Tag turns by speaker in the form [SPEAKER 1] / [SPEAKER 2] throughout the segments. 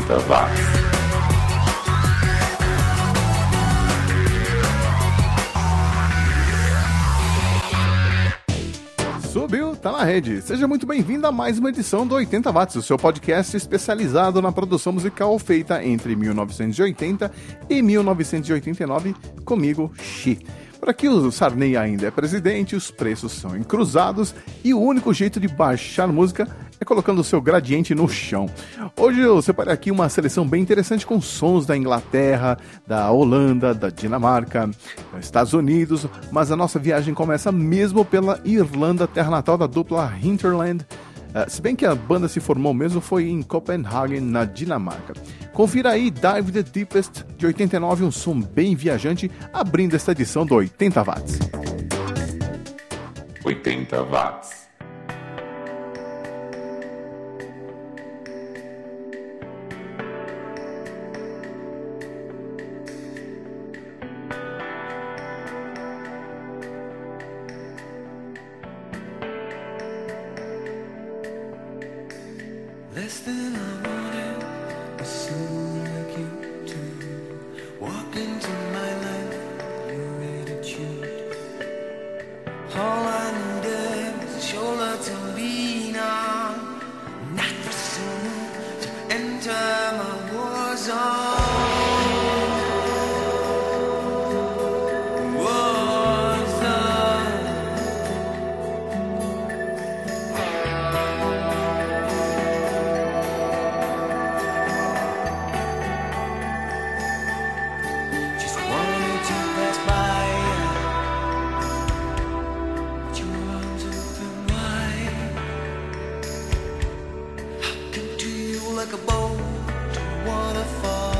[SPEAKER 1] 80 watts.
[SPEAKER 2] Subiu, tá na rede. Seja muito bem-vindo a mais uma edição do 80 Watts, o seu podcast especializado na produção musical feita entre 1980 e 1989, comigo, Xi. Por aqui o Sarney ainda é presidente, os preços são encruzados e o único jeito de baixar música é colocando o seu gradiente no chão. Hoje eu separei aqui uma seleção bem interessante com sons da Inglaterra, da Holanda, da Dinamarca, dos Estados Unidos, mas a nossa viagem começa mesmo pela Irlanda, terra natal da dupla Hinterland. Se bem que a banda se formou mesmo foi em Copenhagen, na Dinamarca. Confira aí Dive the Deepest, de 89, um som bem viajante, abrindo esta edição do 80 Watts.
[SPEAKER 1] 80 watts.
[SPEAKER 3] Less than I wanted, was soon like you too. Walk into my life, your attitude. All I needed was a shoulder to lean on, not for soon to enter my war zone. Like a boat to a waterfall.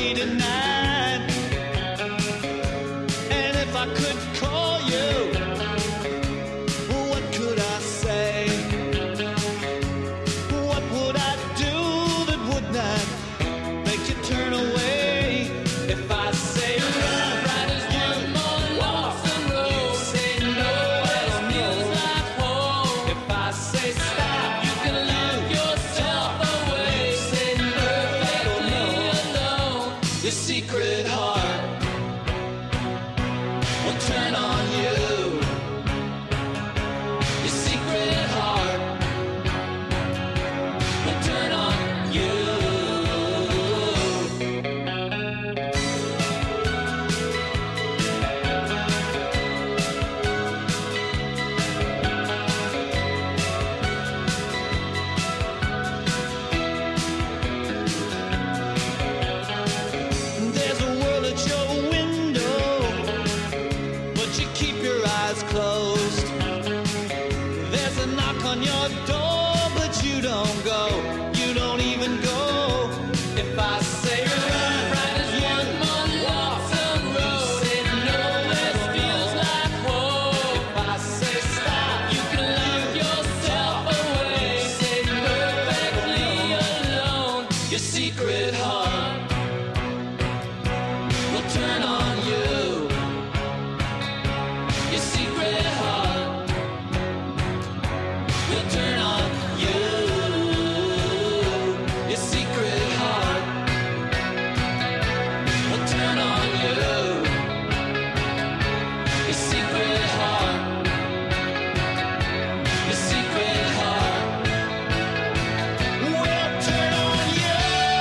[SPEAKER 3] me tonight. And if I could call you, what could I say? What would I do that would not make you turn away? If I say run, right as one more lonesome road, you say no, it feels like home. If I say stop, you can look yourself away. You say perfectly alone, your secret heart will turn on you. Your secret heart will turn on you. There's a world at your window, but you keep your eyes closed. There's a knock on your door, but you don't go. You don't even go. If I say run, right as one more lonesome road, you say no, it feels like home. If I say stop, you can look yourself away. You say perfectly alone, your secret heart will turn on you. Your secret heart will turn on you. Your secret heart will turn on you. Your secret heart. Your secret heart will turn on you.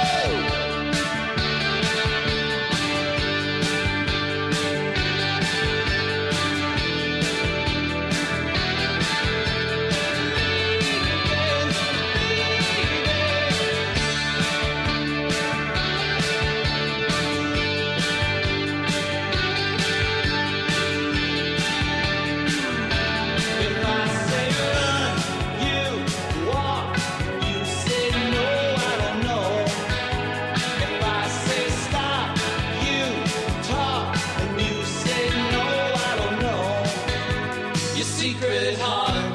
[SPEAKER 3] If I say run, you walk. You say no, I don't know. If I say stop, you talk. And you say no, I don't know. Your secret heart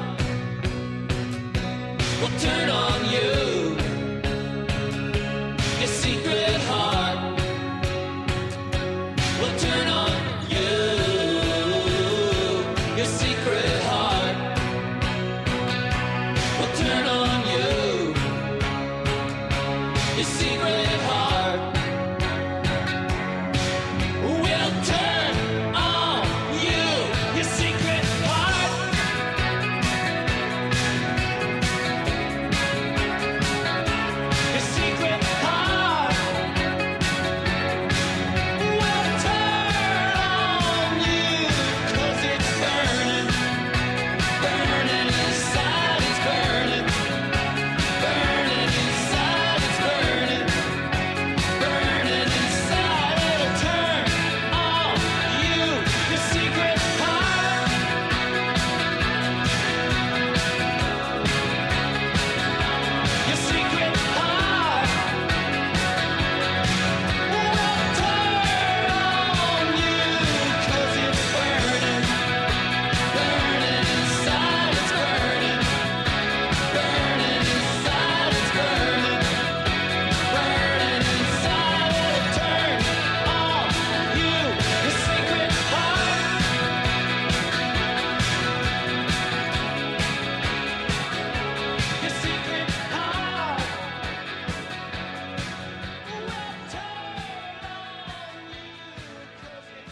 [SPEAKER 3] will turn on you. Your secret heart will turn on you. Your secret heart will turn on you. Your secret heart will turn on you. Your secret heart. Your secret heart will turn on you. 'Cause it's burning, burning inside, it's burning, burning inside, it's burning, burning inside. It'll turn on you. Your secret heart. Your secret heart will turn on you. 'Cause it's burning, burning inside, it's burning, burning inside, it's burning, burning inside. It'll turn on you. Your secret heart. Your secret heart will turn on you. 'Cause it's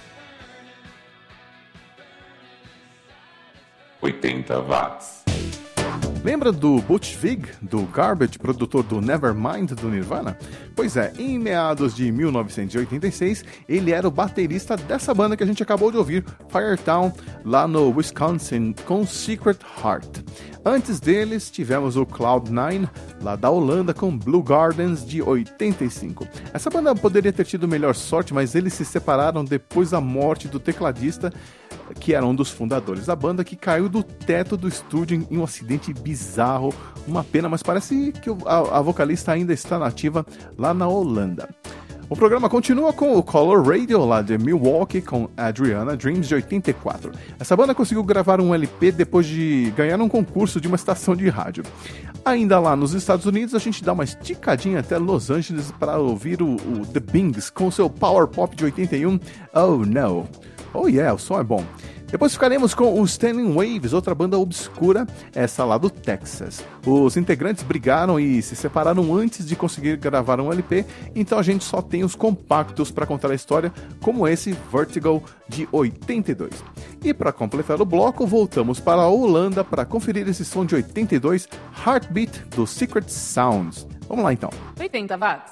[SPEAKER 3] burning,
[SPEAKER 1] 80 watts.
[SPEAKER 2] Lembra do Butch Vig, do Garbage, produtor do Nevermind do Nirvana? Pois é, em meados de 1986, ele era o baterista dessa banda que a gente acabou de ouvir, Firetown, lá no Wisconsin, com Secret Heart. Antes deles, tivemos o Cloud9, lá da Holanda, com Blue Gardens, de 85. Essa banda poderia ter tido melhor sorte, mas eles se separaram depois da morte do tecladista, que era um dos fundadores da banda, que caiu do teto do estúdio em um acidente bizarro. Uma pena, mas parece que a vocalista ainda está nativa lá na Holanda. O programa continua com o Color Radio, lá de Milwaukee, com Adriana Dreams, de 84. Essa banda conseguiu gravar um LP depois de ganhar um concurso de uma estação de rádio. Ainda lá nos Estados Unidos, a gente dá uma esticadinha até Los Angeles para ouvir o The Bings com seu Power Pop de 81, Oh No. Oh yeah, o som é bom. Depois ficaremos com o Standing Waves, outra banda obscura, essa lá do Texas. Os integrantes brigaram e se separaram antes de conseguir gravar um LP, então a gente só tem os compactos para contar a história, como esse Vertigo de 82. E para completar o bloco, voltamos para a Holanda para conferir esse som de 82, Heartbeat do Secret Sounds. Vamos lá então.
[SPEAKER 1] 80 watts.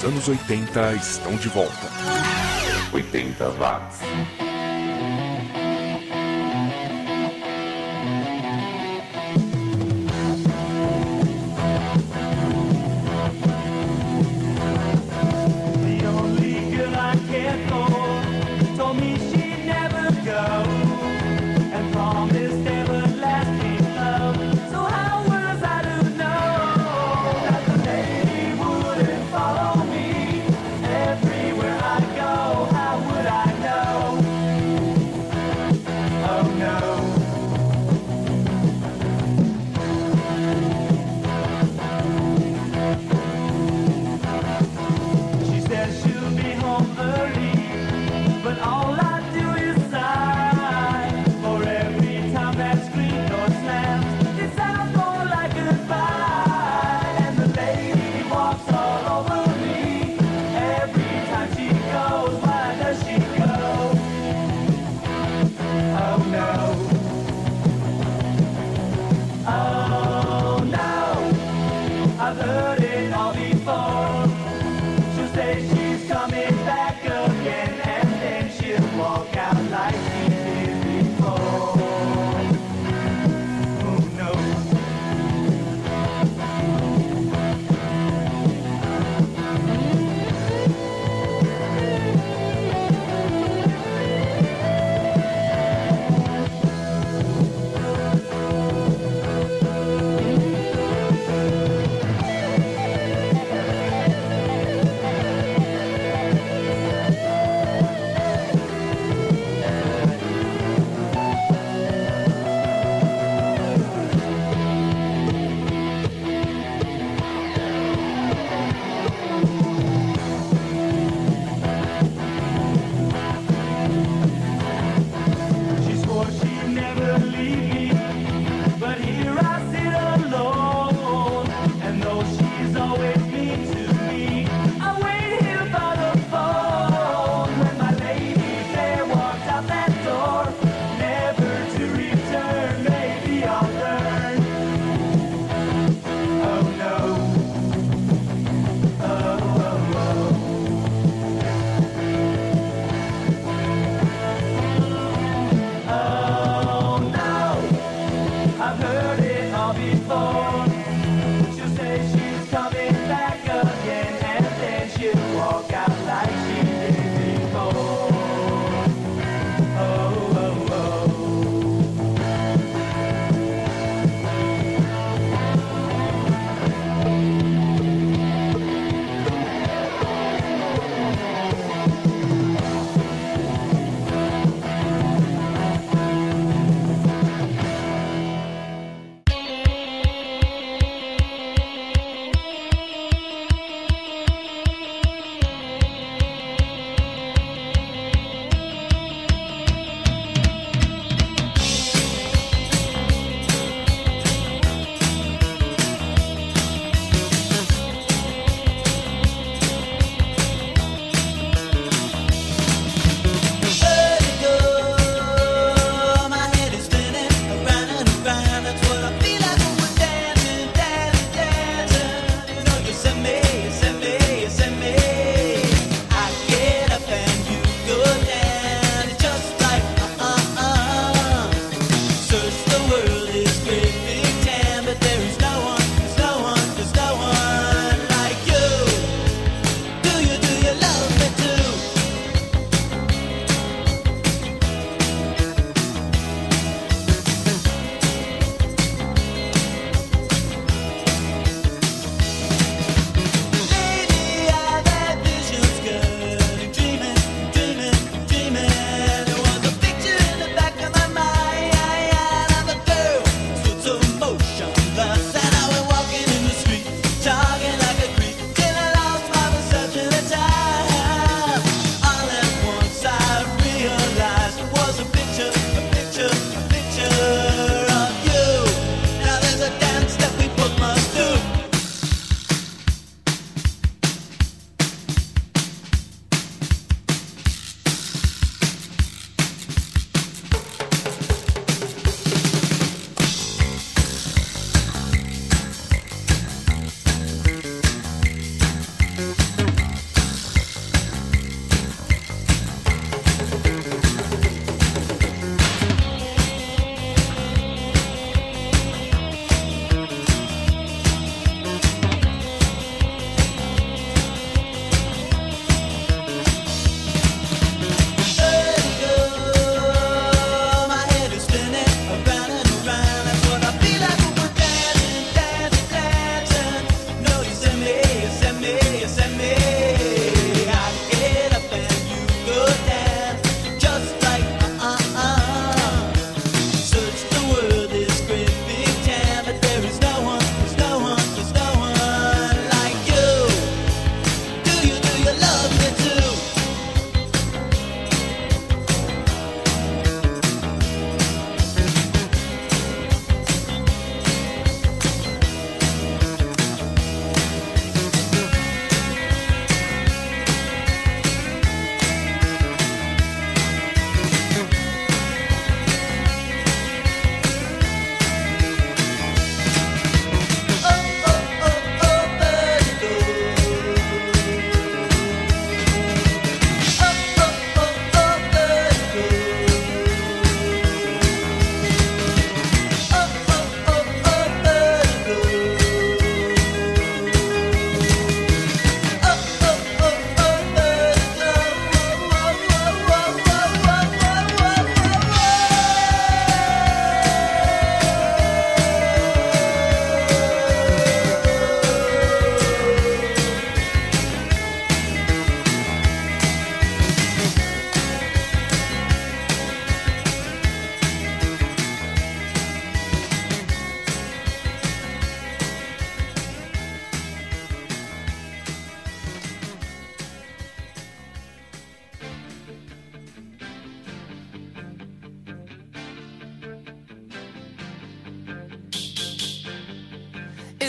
[SPEAKER 1] Os anos 80 estão de volta.
[SPEAKER 2] 80 watts.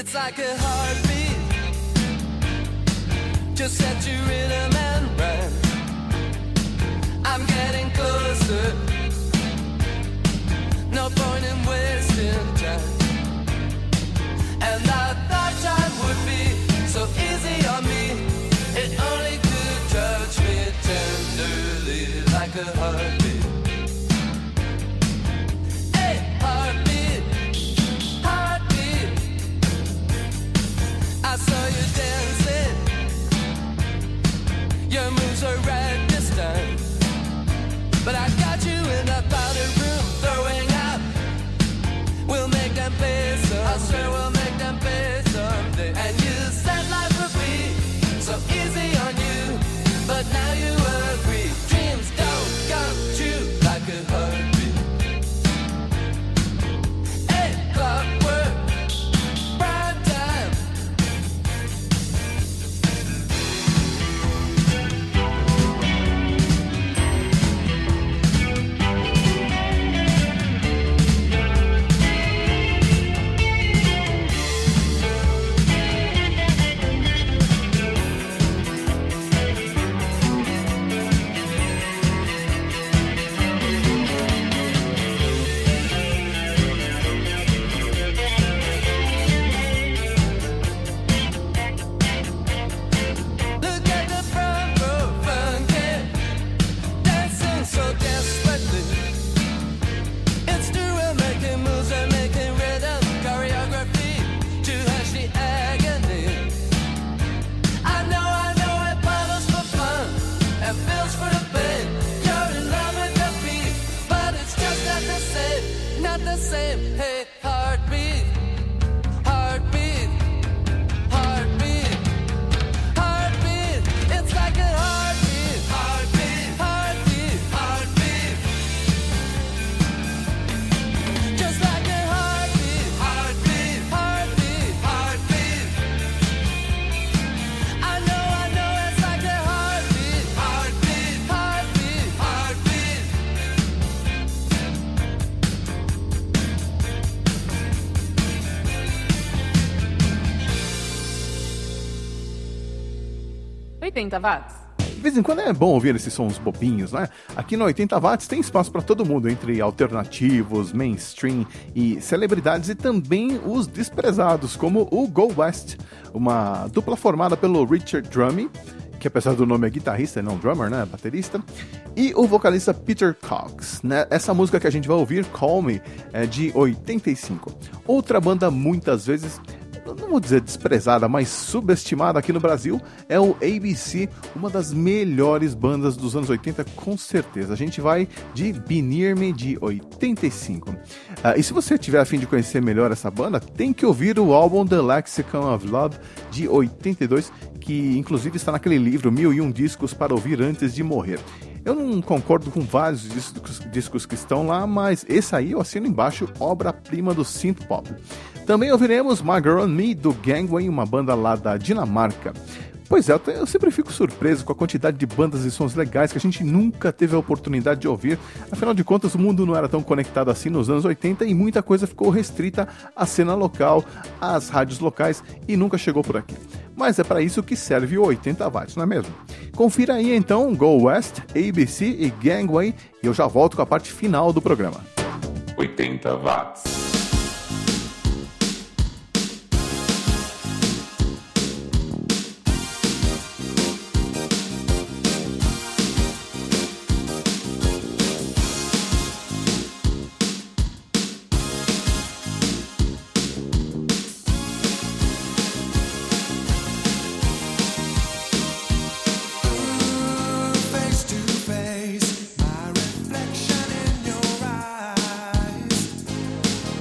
[SPEAKER 3] It's like a heartbeat. Just set your rhythm and run. I'm getting closer. No point in wasting time. And I thought time would be so easy on me. It only could touch me tenderly like a heartbeat. Hey, heartbeat, heartbeat. I saw you dancing. Your moves are right this time. But I got you in that powder room throwing up. We'll make them pay someday. I swear we'll make them pay someday. And you said life would be so easy on you, but now you agree. Dreams don't come true like a heartbeat. Hey, clockwork, prime time. Look at the front row funky, dancing so desperately. It's true, we're making moves and making rhythm, choreography to hush the agony. I know it bottles for fun and feels for the pain. You're in love with the beat, but it's just not the same, not the same. Hey, heartbeat, heartbeat, heartbeat, heartbeat. It's like a heartbeat, heartbeat, heartbeat, heartbeat. Just like a heartbeat, heartbeat, heartbeat, heartbeat. I know it's like a heartbeat, heartbeat, heartbeat, heartbeat.
[SPEAKER 4] 80 watts.
[SPEAKER 2] De vez em quando é bom ouvir esses sons bobinhos, né? Aqui no 80 watts tem espaço para todo mundo, entre alternativos, mainstream e celebridades, e também os desprezados, como o Go West, uma dupla formada pelo Richard Drummond, que apesar do nome é guitarrista e não drummer, né, baterista, e o vocalista Peter Cox, né? Essa música que a gente vai ouvir, Call Me, é de 85. Outra banda muitas vezes, não vou dizer desprezada, mas subestimada aqui no Brasil, é o ABC, uma das melhores bandas dos anos 80, com certeza. A gente vai de Be Near Me, de 85. E se você tiver a fim de conhecer melhor essa banda, tem que ouvir o álbum The Lexicon of Love, de 82, que inclusive está naquele livro 1001 Discos para Ouvir Antes de Morrer. Eu não concordo com vários discos que estão lá, mas esse aí eu assino embaixo, obra-prima do synth pop. Também ouviremos My Girl and Me, do Gangway, uma banda lá da Dinamarca. Pois é, eu sempre fico surpreso com a quantidade de bandas e sons legais que a gente nunca teve a oportunidade de ouvir. Afinal de contas, o mundo não era tão conectado assim nos anos 80 e muita coisa ficou restrita à cena local, às rádios locais e nunca chegou por aqui. Mas é para isso que serve o 80 watts, não é mesmo? Confira aí então Go West, ABC e Gangway e eu já volto com a parte final do programa.
[SPEAKER 1] 80 watts.
[SPEAKER 3] Face to face, my reflection in your eyes.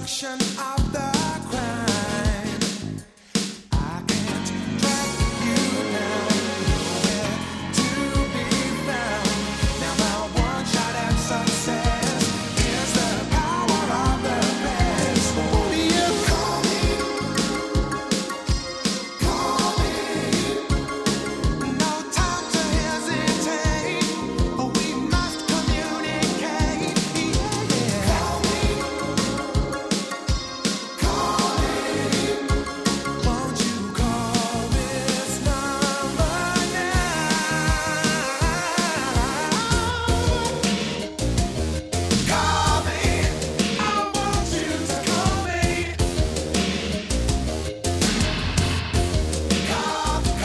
[SPEAKER 3] function of the crime. I can't track you down, nowhere to be found. Now my one shot at success is the power of the best. Who do you call me? Call me. No time to hesitate. We must communicate. Yeah. Call me. Call me. Won't you call this number now? Call me. I want you to call me. Call me.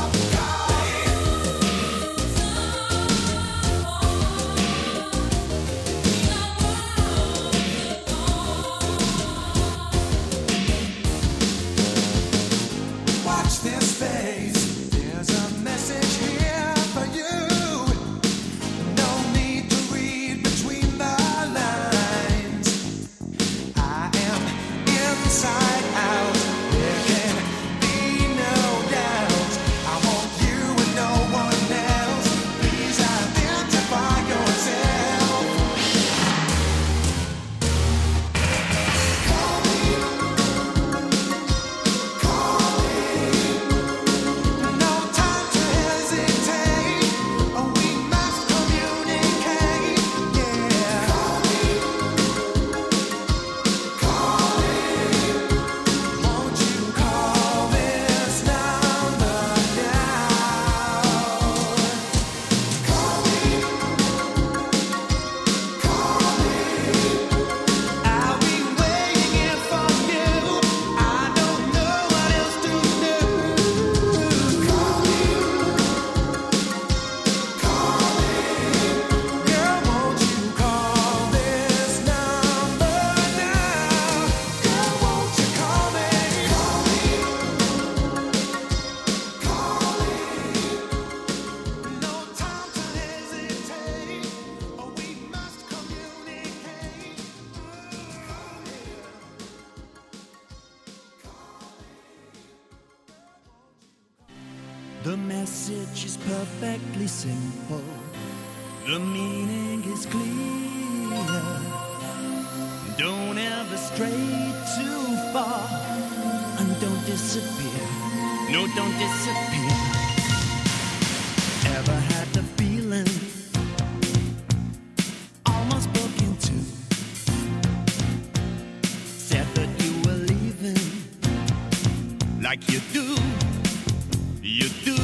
[SPEAKER 3] Watch this space. There's a message here for you. No need to read between the lines. I am inside out. There can be no doubt. I want you and no one else. Please identify yourself. Call me. Call me. No time to hesitate. We must communicate. Yeah. Call me. Call me. Won't you call this number now? Call me. Call me. I'll be waiting here for you. I don't know what else to do. Call me. Call me. Girl, won't you call this number now? Girl, won't you call me? Call me. Call me. No time to hesitate. We must communicate.
[SPEAKER 5] The message is perfectly simple. The meaning is clear. Don't ever stray too far. And don't disappear. No, don't disappear. Ever had the feeling almost broke into? Said that you were leaving like you do. You do.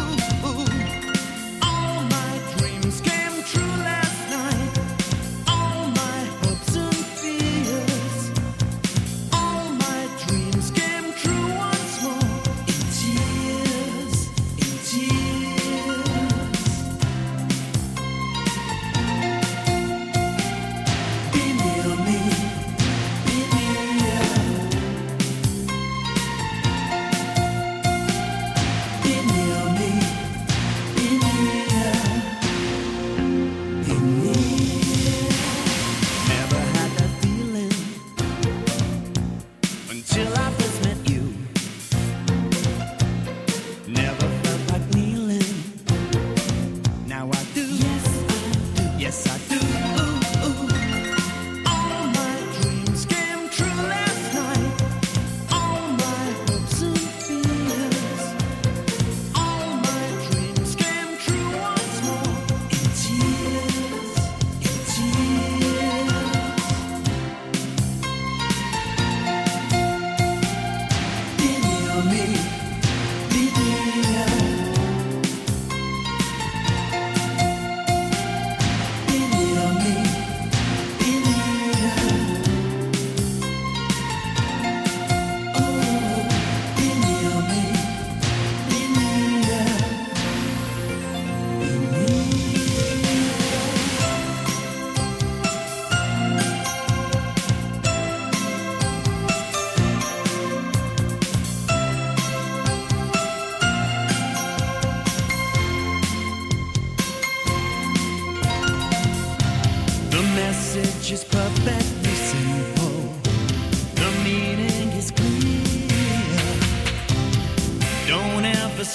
[SPEAKER 5] All my dreams came true last night. All my hopes and fears. All my dreams came true once more. In tears, in tears. Be near me, be near. Be near me, be near, be near. Never had that feeling until I first met you. Never felt like kneeling. Now I do. Yes, I do. Yes, I do. All my dreams came true last night. All my hopes and fears. All my dreams came true once more. In tears, in tears. Be near me, be near. Be near me, be near. Oh, be near me, be near. Be near.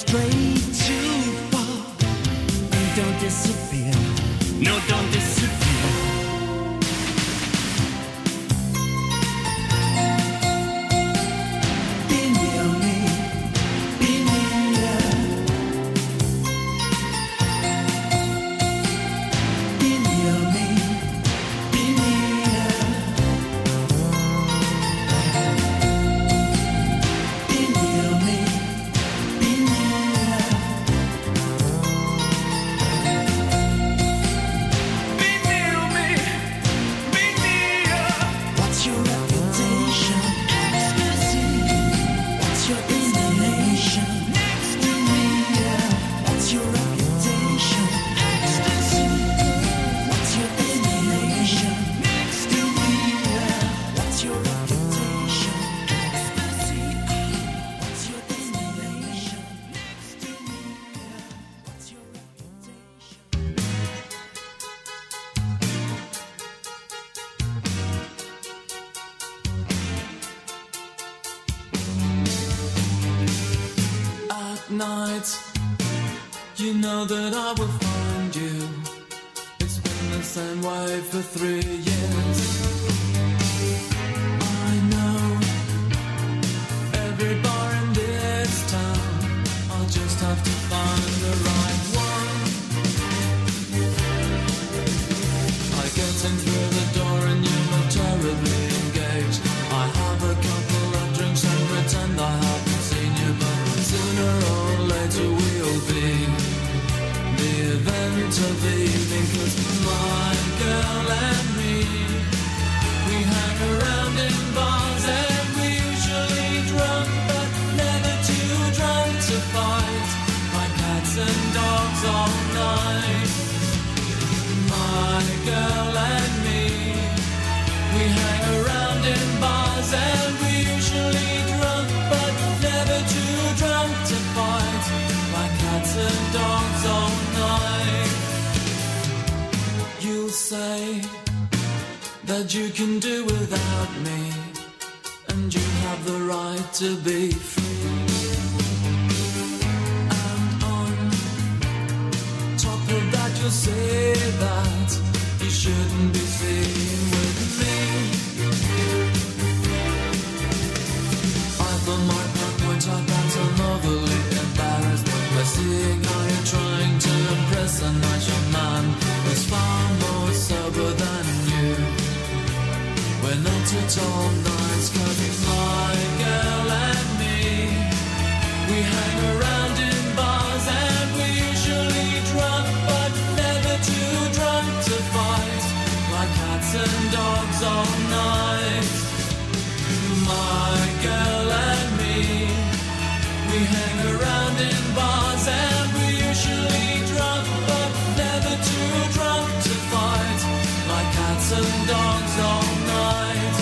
[SPEAKER 5] straight too far. And don't disappear. No, don't disappear.
[SPEAKER 3] Night, you know that I will find you. It's been the same way for 3 years. I know every bar in this town. I'll just have to find the right one. I get in through the door and you're not terribly engaged. I have a couple of drinks and pretend I haven't seen you, but sooner or later we'll be the event of the evening. 'Cause my girl and me, we hang around in bars and we usually drunk, but never too drunk to fight, like cats and dogs all night. My girl and me, we hang around in bars and we usually drunk, but never too drunk to fight, like cats and dogs all night. You'll say that you can do without me, and you have the right to be free. And on top of that you'll say that you shouldn't be seen with me. For my part, point out that I'm overly embarrassed by seeing how you're trying to impress a nice young man who's far more sober than you. We're not at all nice, 'cause my girl and me, we hang around in bars and we usually drunk, but never too drunk to fight, like cats and dogs all night. My girl and me, we hang around in bars and we usually drunk, but never too drunk to fight, like cats and dogs all night.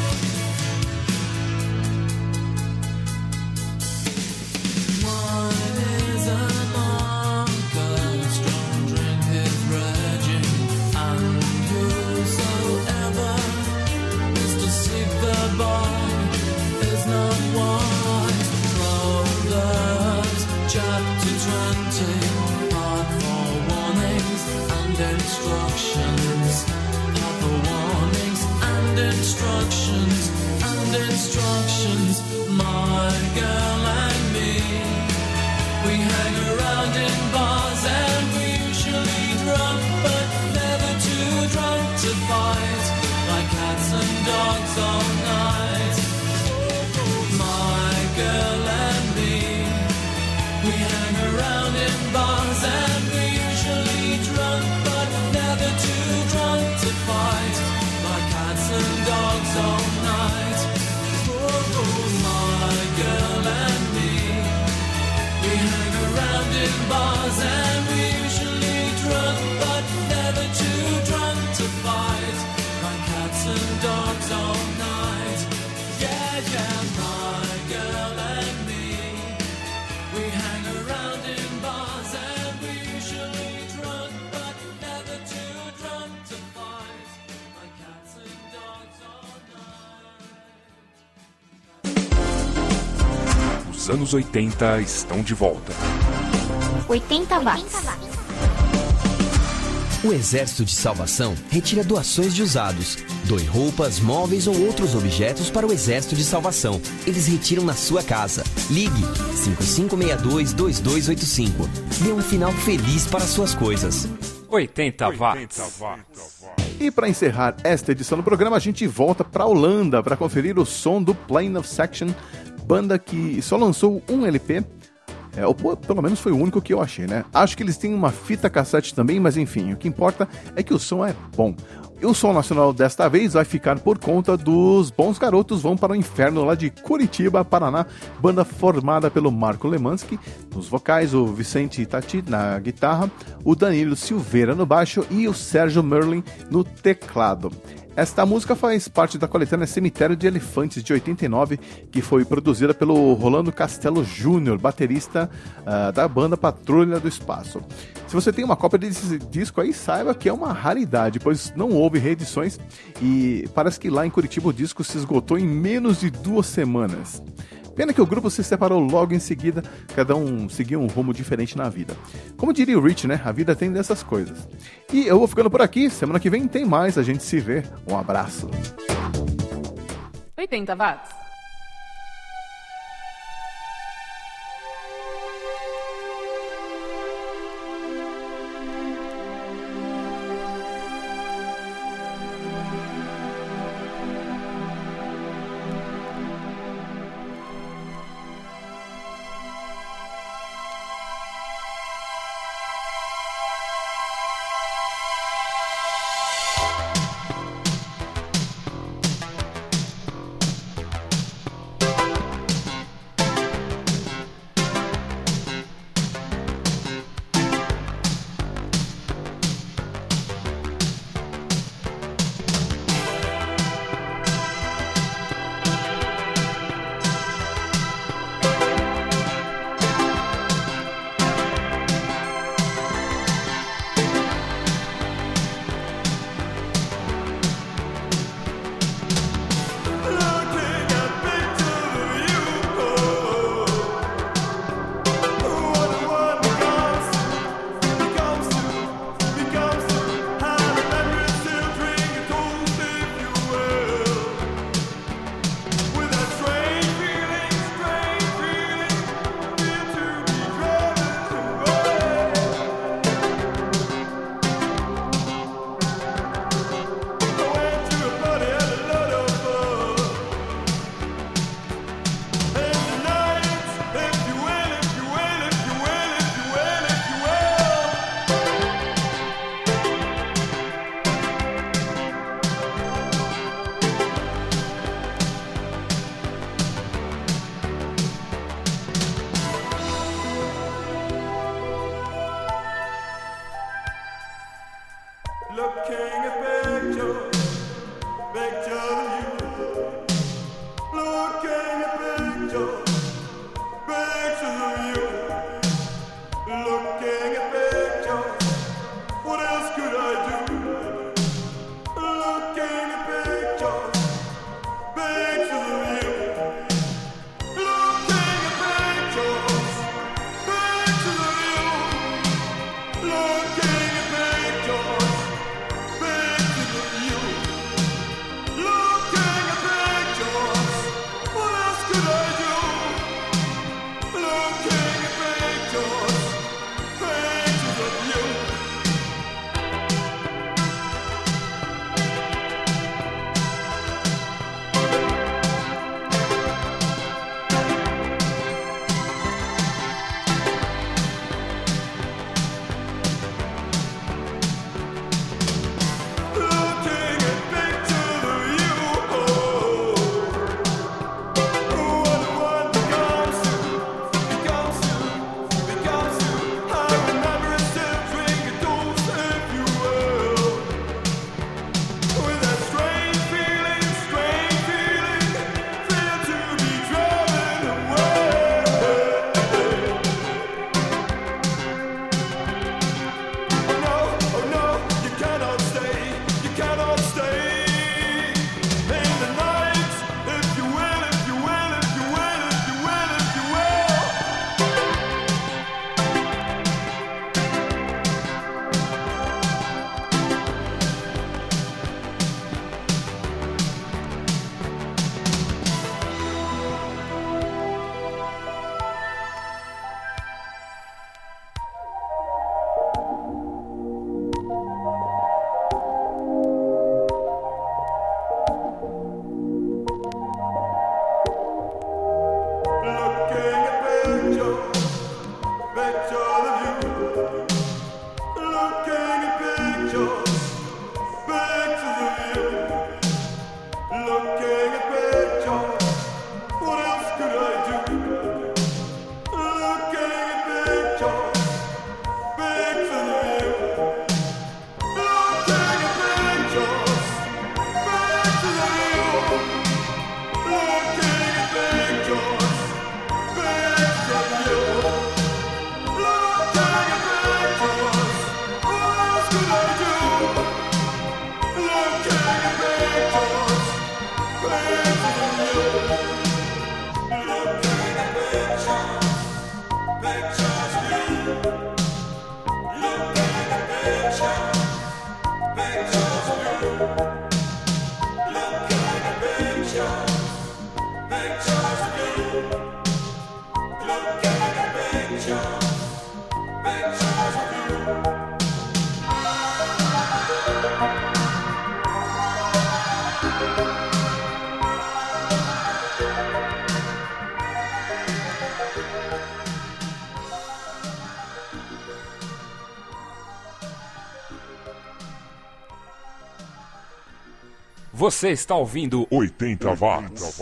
[SPEAKER 3] Wine is an anchor, strong drink is raging, and whosoever is to seek the bar is not wise. Proverbs chapter 20, part 4, warnings and instructions. Part 4, warnings and instructions and instructions. My girl and me, we hang around in bars and we usually drunk, but never too drunk to fight, like cats and dogs all night. My girl and me, we hang around in bars and we usually drunk, but never too drunk to fight, like cats and dogs all night. My girl and me, we hang around in bars and we usually drunk, but never too drunk to fight, like cats and dogs all night. Yeah, yeah, my girl and me, we hang around in bars and we usually drunk, but never too drunk to fight, like cats and dogs all night.
[SPEAKER 1] Os anos 80 estão de volta.
[SPEAKER 6] 80 watts.
[SPEAKER 7] O Exército de Salvação retira doações de usados. Doe roupas, móveis ou outros objetos para o Exército de Salvação. Eles retiram na sua casa. Ligue 5562-2285. Dê um final feliz para suas coisas.
[SPEAKER 8] 80 watts.
[SPEAKER 2] E para encerrar esta edição do programa, a gente volta para a Holanda para conferir o som do Plane of Section, banda que só lançou um LP. Ou pelo menos foi o único que eu achei, né? Acho que eles têm uma fita cassete também, mas enfim, o que importa é que o som é bom. E o som nacional desta vez vai ficar por conta dos Bons Garotos Vão para o Inferno, lá de Curitiba, Paraná, banda formada pelo Marco Lemanski nos vocais, o Vicente Itati na guitarra, o Danilo Silveira no baixo e o Sérgio Merlin no teclado. Esta música faz parte da coletânea Cemitério de Elefantes, de 89, que foi produzida pelo Rolando Castelo Júnior, baterista da banda Patrulha do Espaço. Se você tem uma cópia desse disco aí, saiba que é uma raridade, pois não houve reedições e parece que lá em Curitiba o disco se esgotou em menos de 2 semanas. Pena que o grupo se separou logo em seguida, cada um seguia um rumo diferente na vida. Como diria o Rich, né? A vida tem dessas coisas. E eu vou ficando por aqui, semana que vem tem mais, a gente se vê. Um abraço.
[SPEAKER 4] 80 watts.
[SPEAKER 8] Você está ouvindo
[SPEAKER 1] 80 watts.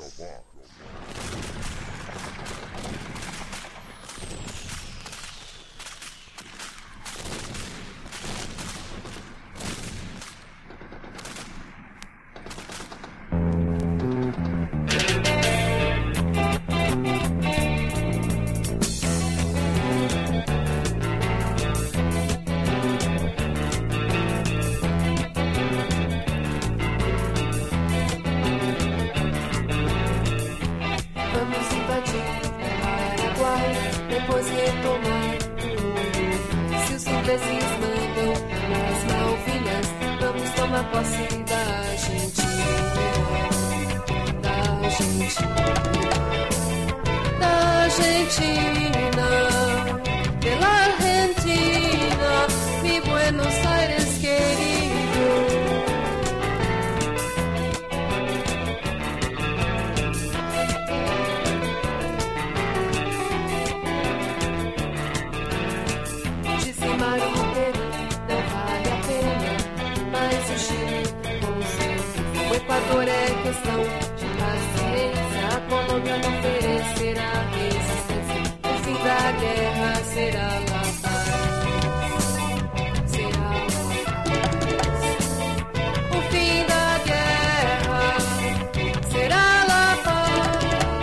[SPEAKER 5] Vamos invadir Paraguai, depois retomar se os ingleses mandam nas Malvinas, vamos tomar posse da Argentina, pela Argentina, mi Buenos Aires querido. Dizimar o Peru não vale a pena, mas o Chile com certeza. O Equador é questão de paciência, a Colômbia não oferecerá resistência. O fim da guerra será La Paz, será La Paz. O fim da guerra será La Paz.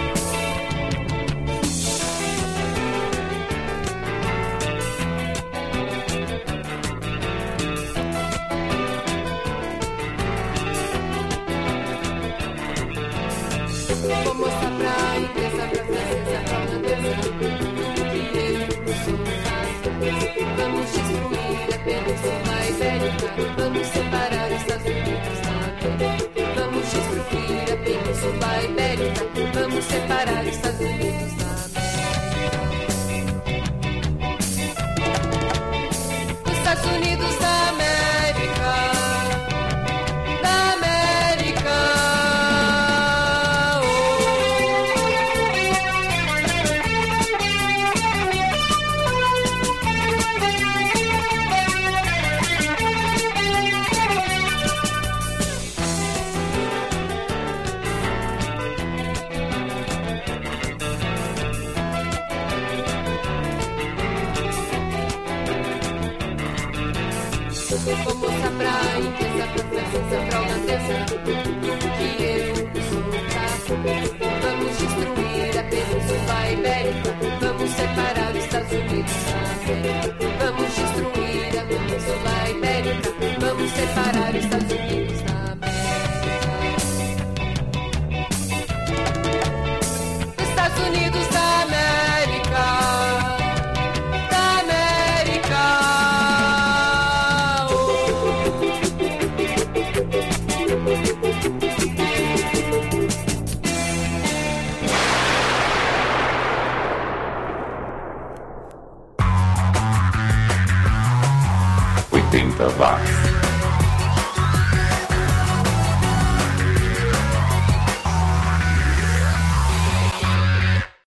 [SPEAKER 5] Vou mostrar pra inglesa, pra francesa, pra holandesa, que eu sou francesa. Vamos destruir a Península Ibérica, vamos separar os Estados Unidos da América. Vamos destruir a Península Ibérica, vamos separar os Estados Unidos da América. Os Estados Unidos da América, da América. Vou mostrar pra inglesa, pra francesa, pra holandesa, que eu sou fraco. Vamos destruir a Península Ibérica, vamos separar os Estados Unidos da América. Vamos destruir a Península Ibérica, vamos separar os Estados Unidos da América. Estados Unidos da América, da América.
[SPEAKER 1] Watts.